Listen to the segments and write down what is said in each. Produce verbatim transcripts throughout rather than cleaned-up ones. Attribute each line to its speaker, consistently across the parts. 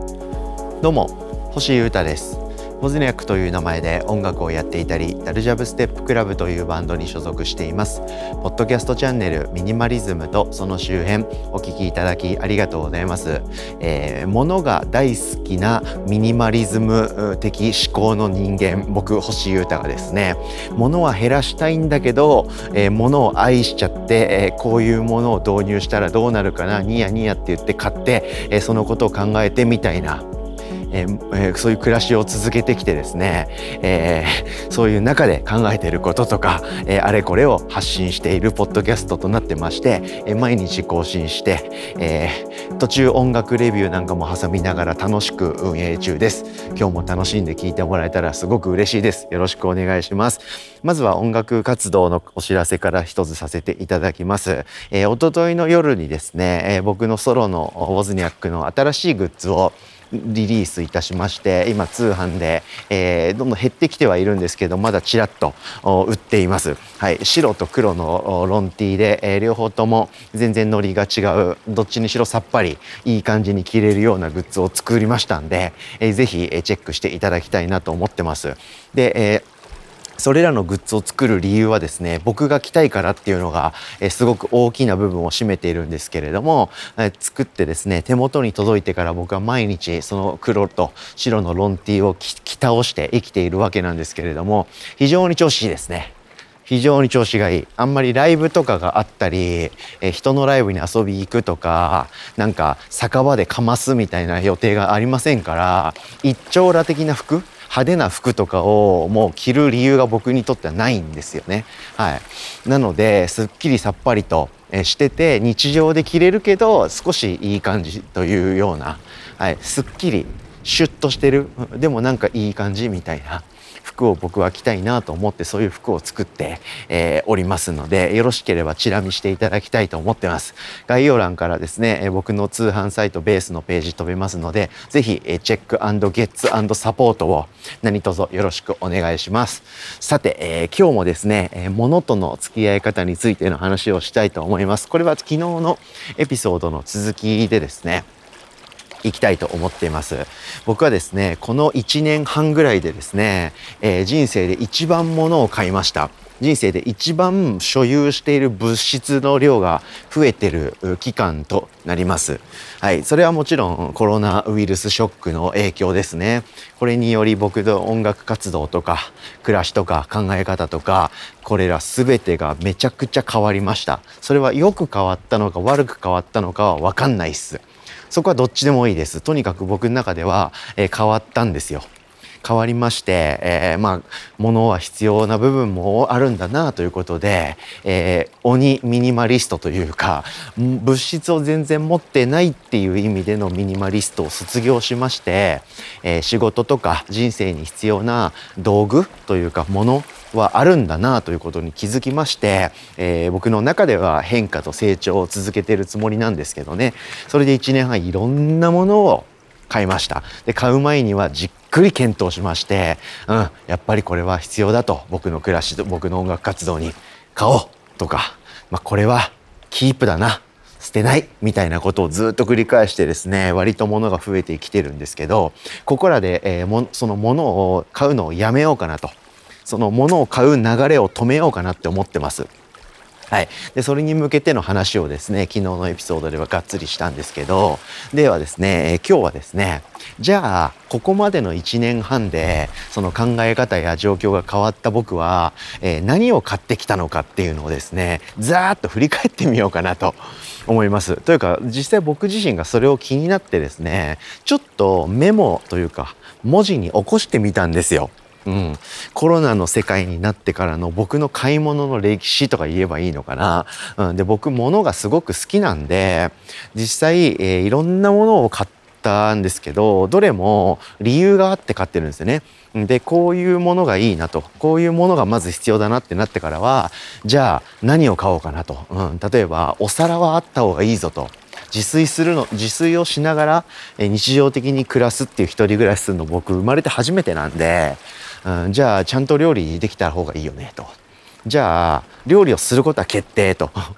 Speaker 1: どうも、星優太です。ウォズニャックという名前で音楽をやっていたり、ダルジャブステップクラブというバンドに所属しています。ポッドキャストチャンネルミニマリズムとその周辺お聞きいただきありがとうございます。えー、物が大好きなミニマリズム的思考の人間、僕星優太がですね、物は減らしたいんだけど、えー、物を愛しちゃって、えー、こういうものを導入したらどうなるかな、ニヤニヤって言って買って、えー、そのことを考えてみたいな。えー、そういう暮らしを続けてきてですね、えー、そういう中で考えていることとか、えー、あれこれを発信しているポッドキャストとなってまして、えー、毎日更新して、えー、途中音楽レビューなんかも挟みながら楽しく運営中です。今日も楽しんで聞いてもらえたらすごく嬉しいです。よろしくお願いします。まずは音楽活動のお知らせから一つさせていただきます。えー、一昨日の夜にですね、えー、僕のソロのウォズニャックの新しいグッズをリリースいたしまして、今通販で、えー、どんどん減ってきてはいるんですけど、まだちらっと売っています。はい、白と黒のロンティーで、えー、両方とも全然ノリが違う、どっちにしろさっぱりいい感じに着れるようなグッズを作りましたんで、えー、ぜひチェックしていただきたいなと思ってます。で、えーそれらのグッズを作る理由はですね、僕が着たいからっていうのが、えー、すごく大きな部分を占めているんですけれども、えー、作ってですね、手元に届いてから僕は毎日その黒と白のロンティーを着、着倒して生きているわけなんですけれども、非常に調子いいですね。非常に調子がいい。あんまりライブとかがあったり、えー、人のライブに遊び行くとか、なんか酒場でかますみたいな予定がありませんから、一張羅的な服派手な服とかをもう着る理由が僕にとってはないんですよね。はい。なので、すっきりさっぱりとしてて、日常で着れるけど、少しいい感じというような、はい、すっきり、シュッとしてる、でもなんかいい感じみたいな服を僕は着たいなと思って、そういう服を作って、えー、おりますので、よろしければチラ見していただきたいと思ってます。概要欄からですね、えー、僕の通販サイトベースのページ飛べますので、ぜひ、えー、チェック&ゲッツ&サポートを何卒よろしくお願いします。さて、えー、今日もですね、えー、物との付き合い方についての話をしたいと思います。これは昨日のエピソードの続きでですね、行きたいと思っています。僕はですね、このいちねんはんぐらいでですね、えー、人生で一番物を買いました。人生で一番所有している物質の量が増えている期間となります。はい、それはもちろんコロナウイルスショックの影響ですね。これにより僕の音楽活動とか暮らしとか考え方とか、これら全てがめちゃくちゃ変わりました。それは良く変わったのか悪く変わったのかは分かんないっす。そこはどっちでもいいです。とにかく僕の中では、えー、変わったんですよ。変わりまして、えー、まあ物は必要な部分もあるんだなということで、えー、鬼ミニマリストというか、物質を全然持ってないっていう意味でのミニマリストを卒業しまして、えー、仕事とか人生に必要な道具というかものはあるんだなということに気づきまして、えー、僕の中では変化と成長を続けているつもりなんですけどね。それでいちねんはんいろんなものを買いました。で、買う前にはじっくり検討しまして、うん、やっぱりこれは必要だと、僕の暮らしと僕の音楽活動に買おうとか、まあ、これはキープだな、捨てないみたいなことをずっと繰り返してですね、割と物が増えてきてるんですけど、ここらで、えー、もその物を買うのをやめようかなと、その物を買う流れを止めようかなって思ってます。はい、でそれに向けての話をですね、昨日のエピソードではがっつりしたんですけど、ではですね、えー、今日はですね、じゃあここまでのいちねんはんでその考え方や状況が変わった僕は、えー、何を買ってきたのかっていうのをですね、ざーっと振り返ってみようかなと思います。というか実際僕自身がそれを気になってですね、ちょっとメモというか文字に起こしてみたんですよ。うん、コロナの世界になってからの僕の買い物の歴史とか言えばいいのかな、うん、で僕物がすごく好きなんで、実際、えー、いろんなものを買ったんですけど、どれも理由があって買ってるんですよね。でこういうものがいいなと、こういうものがまず必要だなってなってからは、じゃあ何を買おうかなと、うん、例えばお皿はあった方がいいぞと、自炊するの自炊をしながら日常的に暮らすっていう一人暮らしするの僕生まれて初めてなんで、うん、じゃあちゃんと料理できた方がいいよねと、じゃあ料理をすることは決定と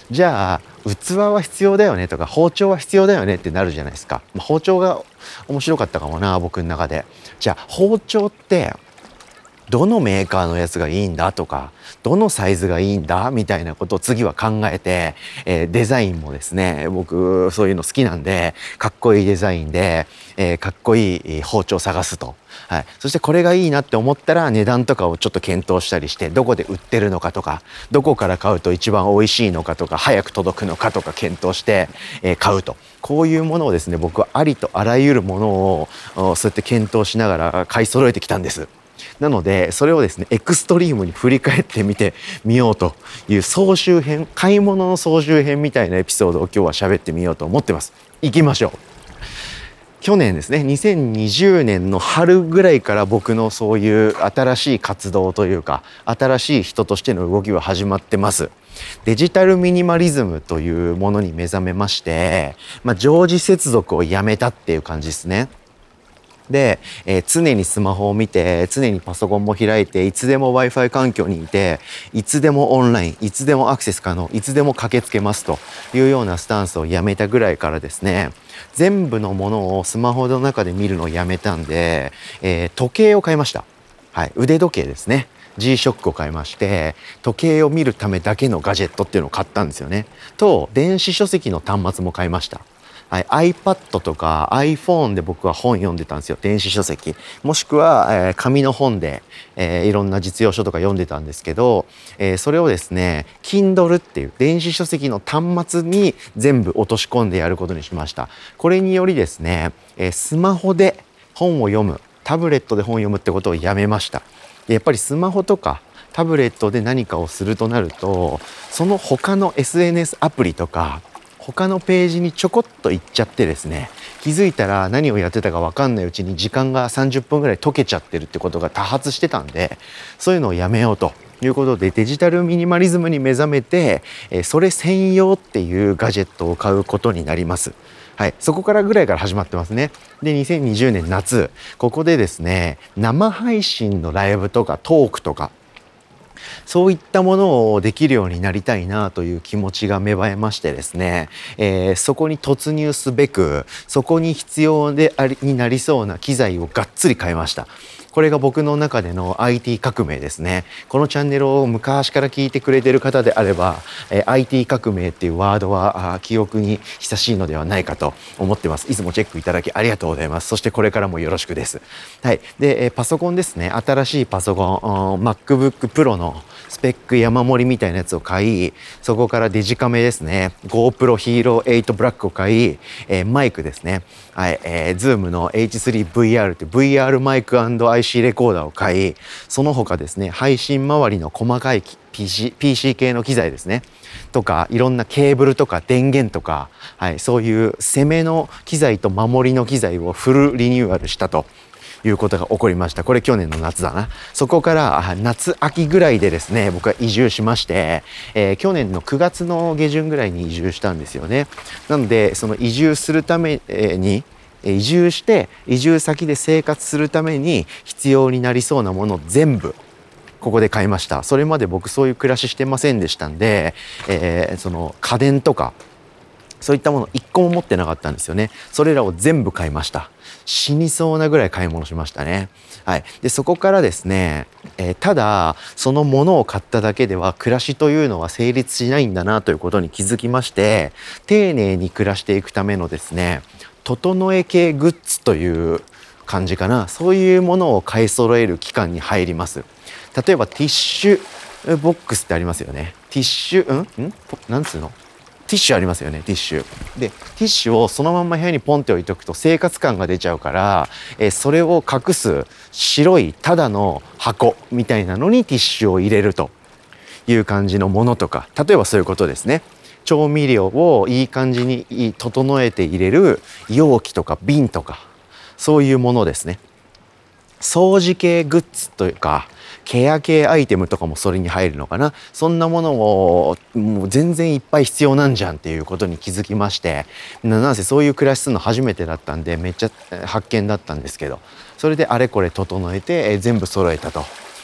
Speaker 1: じゃあ器は必要だよねとか包丁は必要だよねってなるじゃないですか。まあ、包丁が面白かったかもな、僕の中で。じゃあ包丁ってどのメーカーのやつがいいんだとか、どのサイズがいいんだみたいなことを次は考えて、えー、デザインもですね、僕そういうの好きなんで、かっこいいデザインで、えー、かっこいい包丁を探すと。はい、そしてこれがいいなって思ったら値段とかをちょっと検討したりして、どこで売ってるのかとか、どこから買うと一番美味しいのかとか、早く届くのかとか検討して、えー、買うと。こういうものをですね、僕はありとあらゆるものをそうやって検討しながら買い揃えてきたんです。なのでそれをですねエクストリームに振り返ってみてみようという総集編、買い物の総集編みたいなエピソードを今日は喋ってみようと思ってます。行きましょう。去年ですね、にせんにじゅうねんの春ぐらいから僕のそういう新しい活動というか新しい人としての動きは始まってます。デジタルミニマリズムというものに目覚めまして、まあ、常時接続をやめたっていう感じですね。で、えー、常にスマホを見て、常にパソコンも開いて、いつでも Wi-Fi 環境にいて、いつでもオンライン、いつでもアクセス可能、いつでも駆けつけますというようなスタンスをやめたぐらいからですね、全部のものをスマホの中で見るのをやめたんで、えー、時計を買いました。はい、腕時計ですね。G ショックを買いまして、時計を見るためだけのガジェットっていうのを買ったんですよね。と、電子書籍の端末も買いました。はい、iPad とか iPhone で僕は本読んでたんですよ。電子書籍もしくは、えー、紙の本で、えー、いろんな実用書とか読んでたんですけど、えー、それをですね Kindle っていう電子書籍の端末に全部落とし込んでやることにしました。これによりですね、えー、スマホで本を読む、タブレットで本を読むってことをやめました。でやっぱりスマホとかタブレットで何かをするとなると、その他の エスエヌエス アプリとか他のページにちょこっと行っちゃってですね、気づいたら何をやってたか分かんないうちに時間がさんじゅっぷんぐらい溶けちゃってるってことが多発してたんで、そういうのをやめようということでデジタルミニマリズムに目覚めて、それ専用っていうガジェットを買うことになります。はい、そこからぐらいから始まってますね。でにせんにじゅうねん夏、ここでですね生配信のライブとかトークとかそういったものをできるようになりたいなという気持ちが芽生えましてですね、えー、そこに突入すべくそこに必要でありになりそうな機材をがっつり買いました。これが僕の中での アイティー 革命ですね。このチャンネルを昔から聞いてくれている方であれば、えー、アイティー 革命っていうワードは記憶に久しいのではないかと思ってます。いつもチェックいただきありがとうございます。そしてこれからもよろしくです。はい。で、えー、パソコンですね。新しいパソコン、MacBook Pro のスペック山盛りみたいなやつを買い、そこからデジカメですね GoPro Hero エイト Black を買い、えー、マイクですね、はい、えー、Zoom の エイチスリーブイアール という ブイアール マイク アンド アイシー レコーダーを買い、その他ですね配信周りの細かい ピーシー、ピーシー 系の機材ですねとか、いろんなケーブルとか電源とか、はい、そういう攻めの機材と守りの機材をフルリニューアルしたということが起こりました。これ去年の夏だな。そこから夏秋ぐらいでですね僕は移住しまして、えー、去年のくがつの下旬ぐらいに移住したんですよね。なのでその移住するために移住して移住先で生活するために必要になりそうなものを全部ここで買いました。それまで僕そういう暮らししてませんでしたんで、えー、その家電とかそういったもの一個も持ってなかったんですよね。それらを全部買いました。死にそうなぐらい買い物しましたね。はい。で、そこからですね、えー、ただそのものを買っただけでは暮らしというのは成立しないんだなということに気づきまして、丁寧に暮らしていくためのですね、整え系グッズという感じかな。そういうものを買い揃える期間に入ります。例えばティッシュボックスってありますよね。ティッシュ、んんなんつうのティッシュありますよね。ティッシュでティッシュをそのまんま部屋にポンって置いておくと生活感が出ちゃうから、えー、それを隠す白いただの箱みたいなのにティッシュを入れるという感じのものとか、例えばそういうことですね。調味料をいい感じに整えて入れる容器とか瓶とか、そういうものですね。掃除系グッズというかケア系アイテムとかもそれに入るのかな。そんなものをもう全然いっぱい必要なんじゃんっていうことに気づきまして、なんせそういう暮らしするの初めてだったんでめっちゃ発見だったんですけど、それであれこれ整えて、えー、全部揃えたと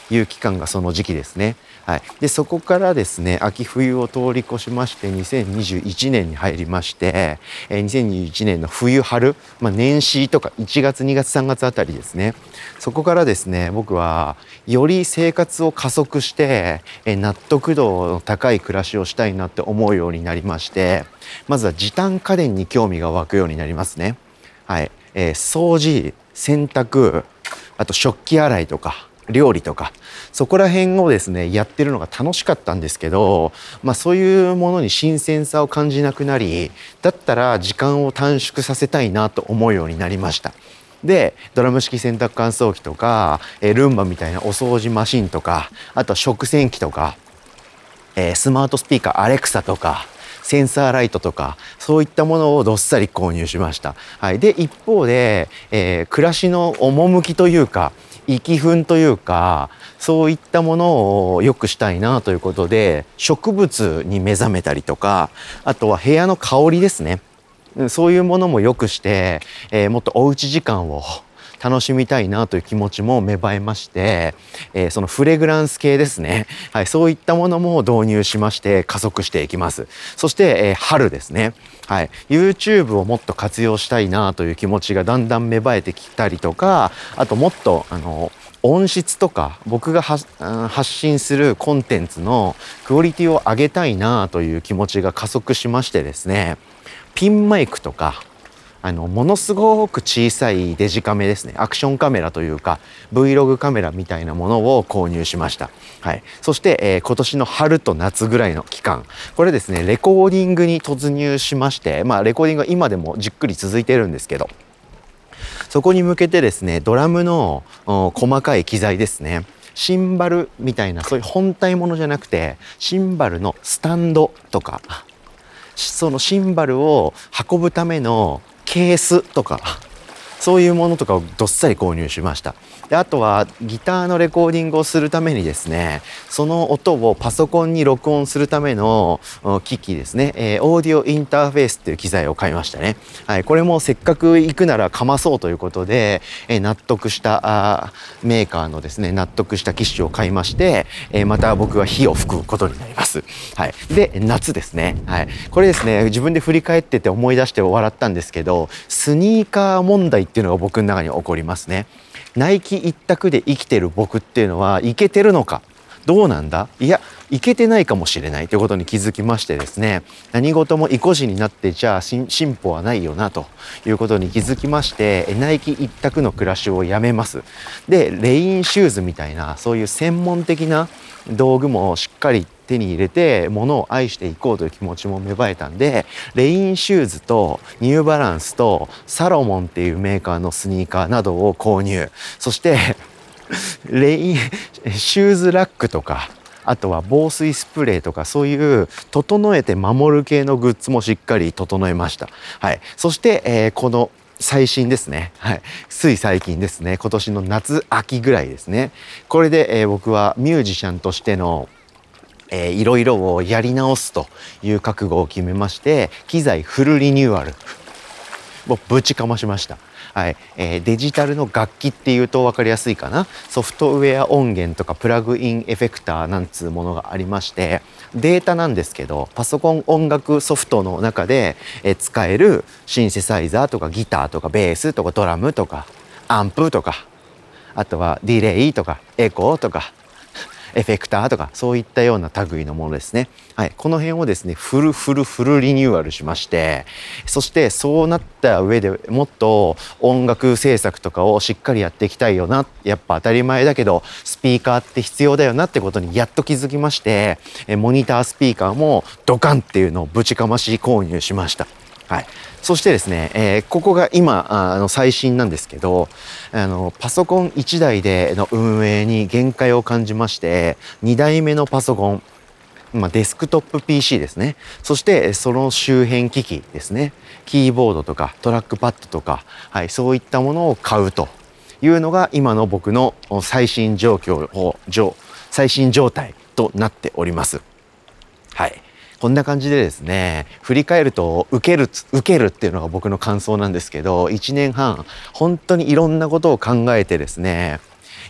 Speaker 1: いう期間がその時期ですね。はい、でそこからですね秋冬を通り越しましてにせんにじゅういちねんに入りまして、えー、にせんにじゅういちねんの冬春、まあ、年始とかいちがつにがつさんがつあたりですね。そこからですね僕はより生活を加速して、えー、納得度の高い暮らしをしたいなって思うようになりまして、まずは時短家電に興味が湧くようになりますね。はい、えー、掃除、洗濯、あと食器洗いとか料理とかそこら辺をですねやってるのが楽しかったんですけど、まあ、そういうものに新鮮さを感じなくなり、だったら時間を短縮させたいなと思うようになりました。でドラム式洗濯乾燥機とか、えー、ルンバみたいなお掃除マシンとか、あとは食洗機とか、えー、スマートスピーカーアレクサとかセンサーライトとかそういったものをどっさり購入しました。はい、で一方で、えー、暮らしの趣というか息憤というかそういったものを良くしたいなということで植物に目覚めたりとか、あとは部屋の香りですね、そういうものも良くして、えー、もっとおうち時間を楽しみたいなという気持ちも芽生えまして、えー、そのフレグランス系ですね、はい、そういったものも導入しまして加速していきます。そして、えー、春ですね、はい、YouTube をもっと活用したいなという気持ちがだんだん芽生えてきたりとか、あともっとあの音質とか僕が発信するコンテンツのクオリティを上げたいなという気持ちが加速しましてですね、ピンマイクとかあのものすごく小さいデジカメですね、アクションカメラというか Vlog カメラみたいなものを購入しました。はい、そして、えー、今年の春と夏ぐらいの期間、これですねレコーディングに突入しまして、まあレコーディングは今でもじっくり続いてるんですけど、そこに向けてですねドラムの細かい機材ですね、シンバルみたいなそういう本体ものじゃなくてシンバルのスタンドとか、そのシンバルを運ぶためのケースとかそういうものとかをどっさり購入しました。であとはギターのレコーディングをするためにですねその音をパソコンに録音するための機器ですね、えー、オーディオインターフェースっていう機材を買いましたね。はい、これもせっかく行くならかまそうということで、えー、納得したあーメーカーのですね納得した機種を買いまして、えー、また僕は火を吹くことになります。はい、で夏ですね、はい、これですね自分で振り返ってて思い出して笑ったんですけど、スニーカー問題っていうのが僕の中に起こりますね。ナイキ一択で生きてる僕っていうのはイケてるのかどうなんだ、いやいけてないかもしれないということに気づきましてですね、何事も意固地になってじゃあ進歩はないよなということに気づきまして、ナイキ一択の暮らしをやめます。でレインシューズみたいなそういう専門的な道具もしっかり手に入れて物を愛していこうという気持ちも芽生えたんで、レインシューズとニューバランスとサロモンっていうメーカーのスニーカーなどを購入、そしてレインシューズラックとか、あとは防水スプレーとかそういう整えて守る系のグッズもしっかり整えました。はい、そして、えー、この最新ですね、はい、つい最近ですね、今年の夏秋ぐらいですね、これで、えー、僕はミュージシャンとしてのえー、いろいろをやり直すという覚悟を決めまして、機材フルリニューアルをぶちかましました。はい、えー、デジタルの楽器っていうと分かりやすいかな、ソフトウェア音源とかプラグインエフェクターなんつうものがありまして、データなんですけどパソコン音楽ソフトの中で、えー、使えるシンセサイザーとかギターとかベースとかドラムとかアンプとか、あとはディレイとかエコーとかエフェクターとかそういったような類のものですね。はい、この辺をですねフルフルフルリニューアルしまして、そしてそうなった上でもっと音楽制作とかをしっかりやっていきたいよな、やっぱ当たり前だけどスピーカーって必要だよなってことにやっと気づきまして、モニタースピーカーもドカンっていうのをぶちかまし購入しました。はい、そしてですね、えー、ここが今あの最新なんですけど、あのパソコンいちだいでの運営に限界を感じまして、にだいめのパソコン、まあ、デスクトップ ピーシー ですね、そしてその周辺機器ですね、キーボードとかトラックパッドとか、はい、そういったものを買うというのが今の僕の最新状況を最新状態となっております。はい、こんな感じでですね、振り返ると受ける受けるっていうのが僕の感想なんですけど、いちねんはん本当にいろんなことを考えてですね、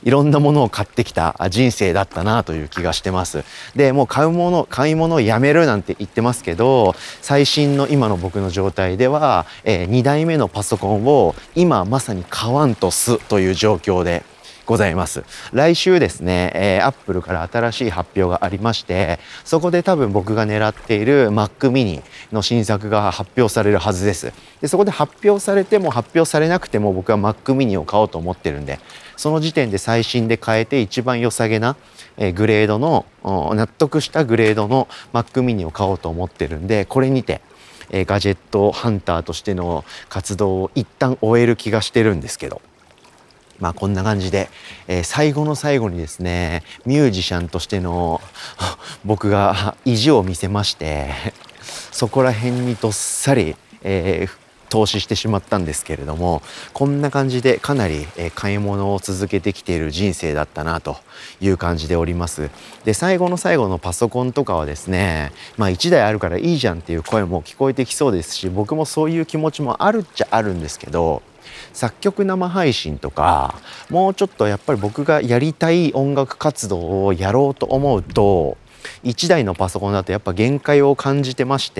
Speaker 1: いろんなものを買ってきた人生だったなという気がしてます。でもう買うもの買い物をやめるなんて言ってますけど、最新の今の僕の状態では、えー、にだいめのパソコンを今まさに買わんとすという状況でございます。来週ですね、えー、アップルから新しい発表がありまして、そこで多分僕が狙っている Mac mini の新作が発表されるはずです。でそこで発表されても発表されなくても僕は Mac mini を買おうと思ってるんで、その時点で最新で買えて一番良さげな、えー、グレードの納得したグレードの Mac mini を買おうと思ってるんで、これにて、えー、ガジェットハンターとしての活動を一旦終える気がしてるんですけど、まあこんな感じで、えー、最後の最後にですね、ミュージシャンとしての僕が意地を見せまして、そこら辺にどっさり、えー投資してしまったんですけれども、こんな感じでかなり買い物を続けてきている人生だったなという感じでおります。で最後の最後のパソコンとかはですね、まあいちだいあるからいいじゃんっていう声も聞こえてきそうですし、僕もそういう気持ちもあるっちゃあるんですけど、作曲生配信とかもうちょっとやっぱり僕がやりたい音楽活動をやろうと思うと、いちだいのパソコンだとやっぱ限界を感じてまして、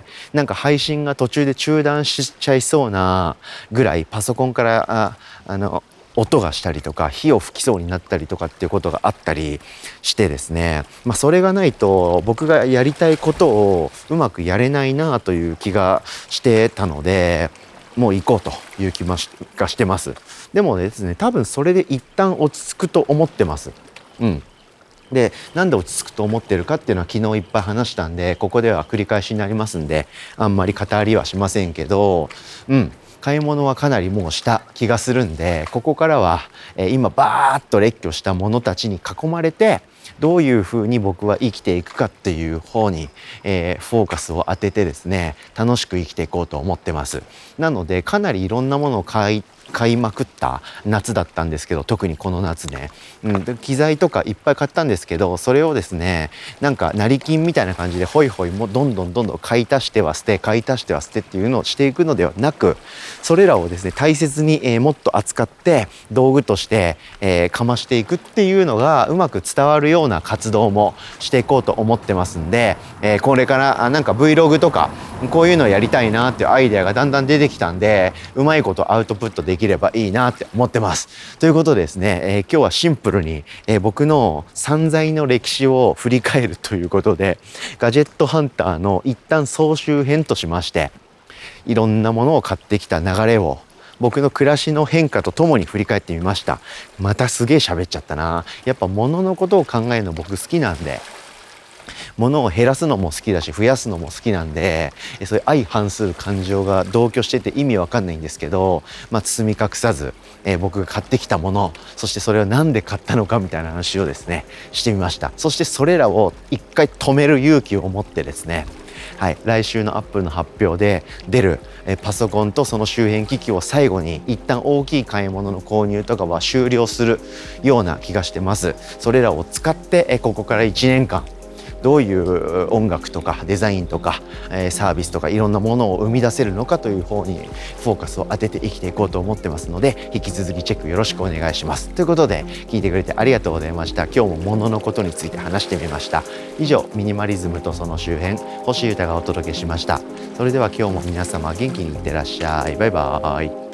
Speaker 1: なんか配信が途中で中断しちゃいそうなぐらいパソコンからああの音がしたりとか火を吹きそうになったりとかっていうことがあったりしてですね、まあ、それがないと僕がやりたいことをうまくやれないなという気がしてたので、もう行こうという気がしてます。でもですね、多分それで一旦落ち着くと思ってます。うんでなんで落ち着くと思ってるかっていうのは昨日いっぱい話したんで、ここでは繰り返しになりますんであんまり語りはしませんけど、うん買い物はかなりもうした気がするんで、ここからは、えー、今バーッと列挙したものたちに囲まれてどういうふうに僕は生きていくかっていう方に、えー、フォーカスを当ててですね、楽しく生きていこうと思ってます。なのでかなりいろんなものを買い買いまくった夏だったんですけど、特にこの夏ね、うん、で機材とかいっぱい買ったんですけど、それをですねなんか成金みたいな感じでホイホイもどんどんどんどん買い足しては捨て買い足しては捨てっていうのをしていくのではなく、それらをですね大切に、えー、もっと扱って道具として、えー、かましていくっていうのがうまく伝わるような活動もしていこうと思ってますんで、えー、これからあなんか Vlog とかこういうのをやりたいなっていうアイデアがだんだん出てきたんで、うまいことアウトプットできればいいなって思ってます。ということでですね、えー、今日はシンプルに、えー、僕の散財の歴史を振り返るということで、ガジェットハンターの一旦総集編としまして、いろんなものを買ってきた流れを僕の暮らしの変化とともに振り返ってみました。またすげえ喋っちゃったな。やっぱ物のことを考えるの僕好きなんで、物を減らすのも好きだし増やすのも好きなんで、そういう相反する感情が同居してて意味わかんないんですけど、まあ、包み隠さず、えー、僕が買ってきたもの、そしてそれをなんで買ったのかみたいな話をですねしてみました。そしてそれらを一回止める勇気を持ってですね、はい、来週のアップルの発表で出るえパソコンとその周辺機器を最後に一旦大きい買い物の購入とかは終了するような気がしてます。それらを使ってえここからいちねんかんどういう音楽とかデザインとか、えー、サービスとかいろんなものを生み出せるのかという方にフォーカスを当てて生きていこうと思ってますので、引き続きチェックよろしくお願いします。ということで聞いてくれてありがとうございました。今日も物のことについて話してみました。以上、ミニマリズムとその周辺、星優太がお届けしました。それでは今日も皆様元気にいってらっしゃい。バイバーイ。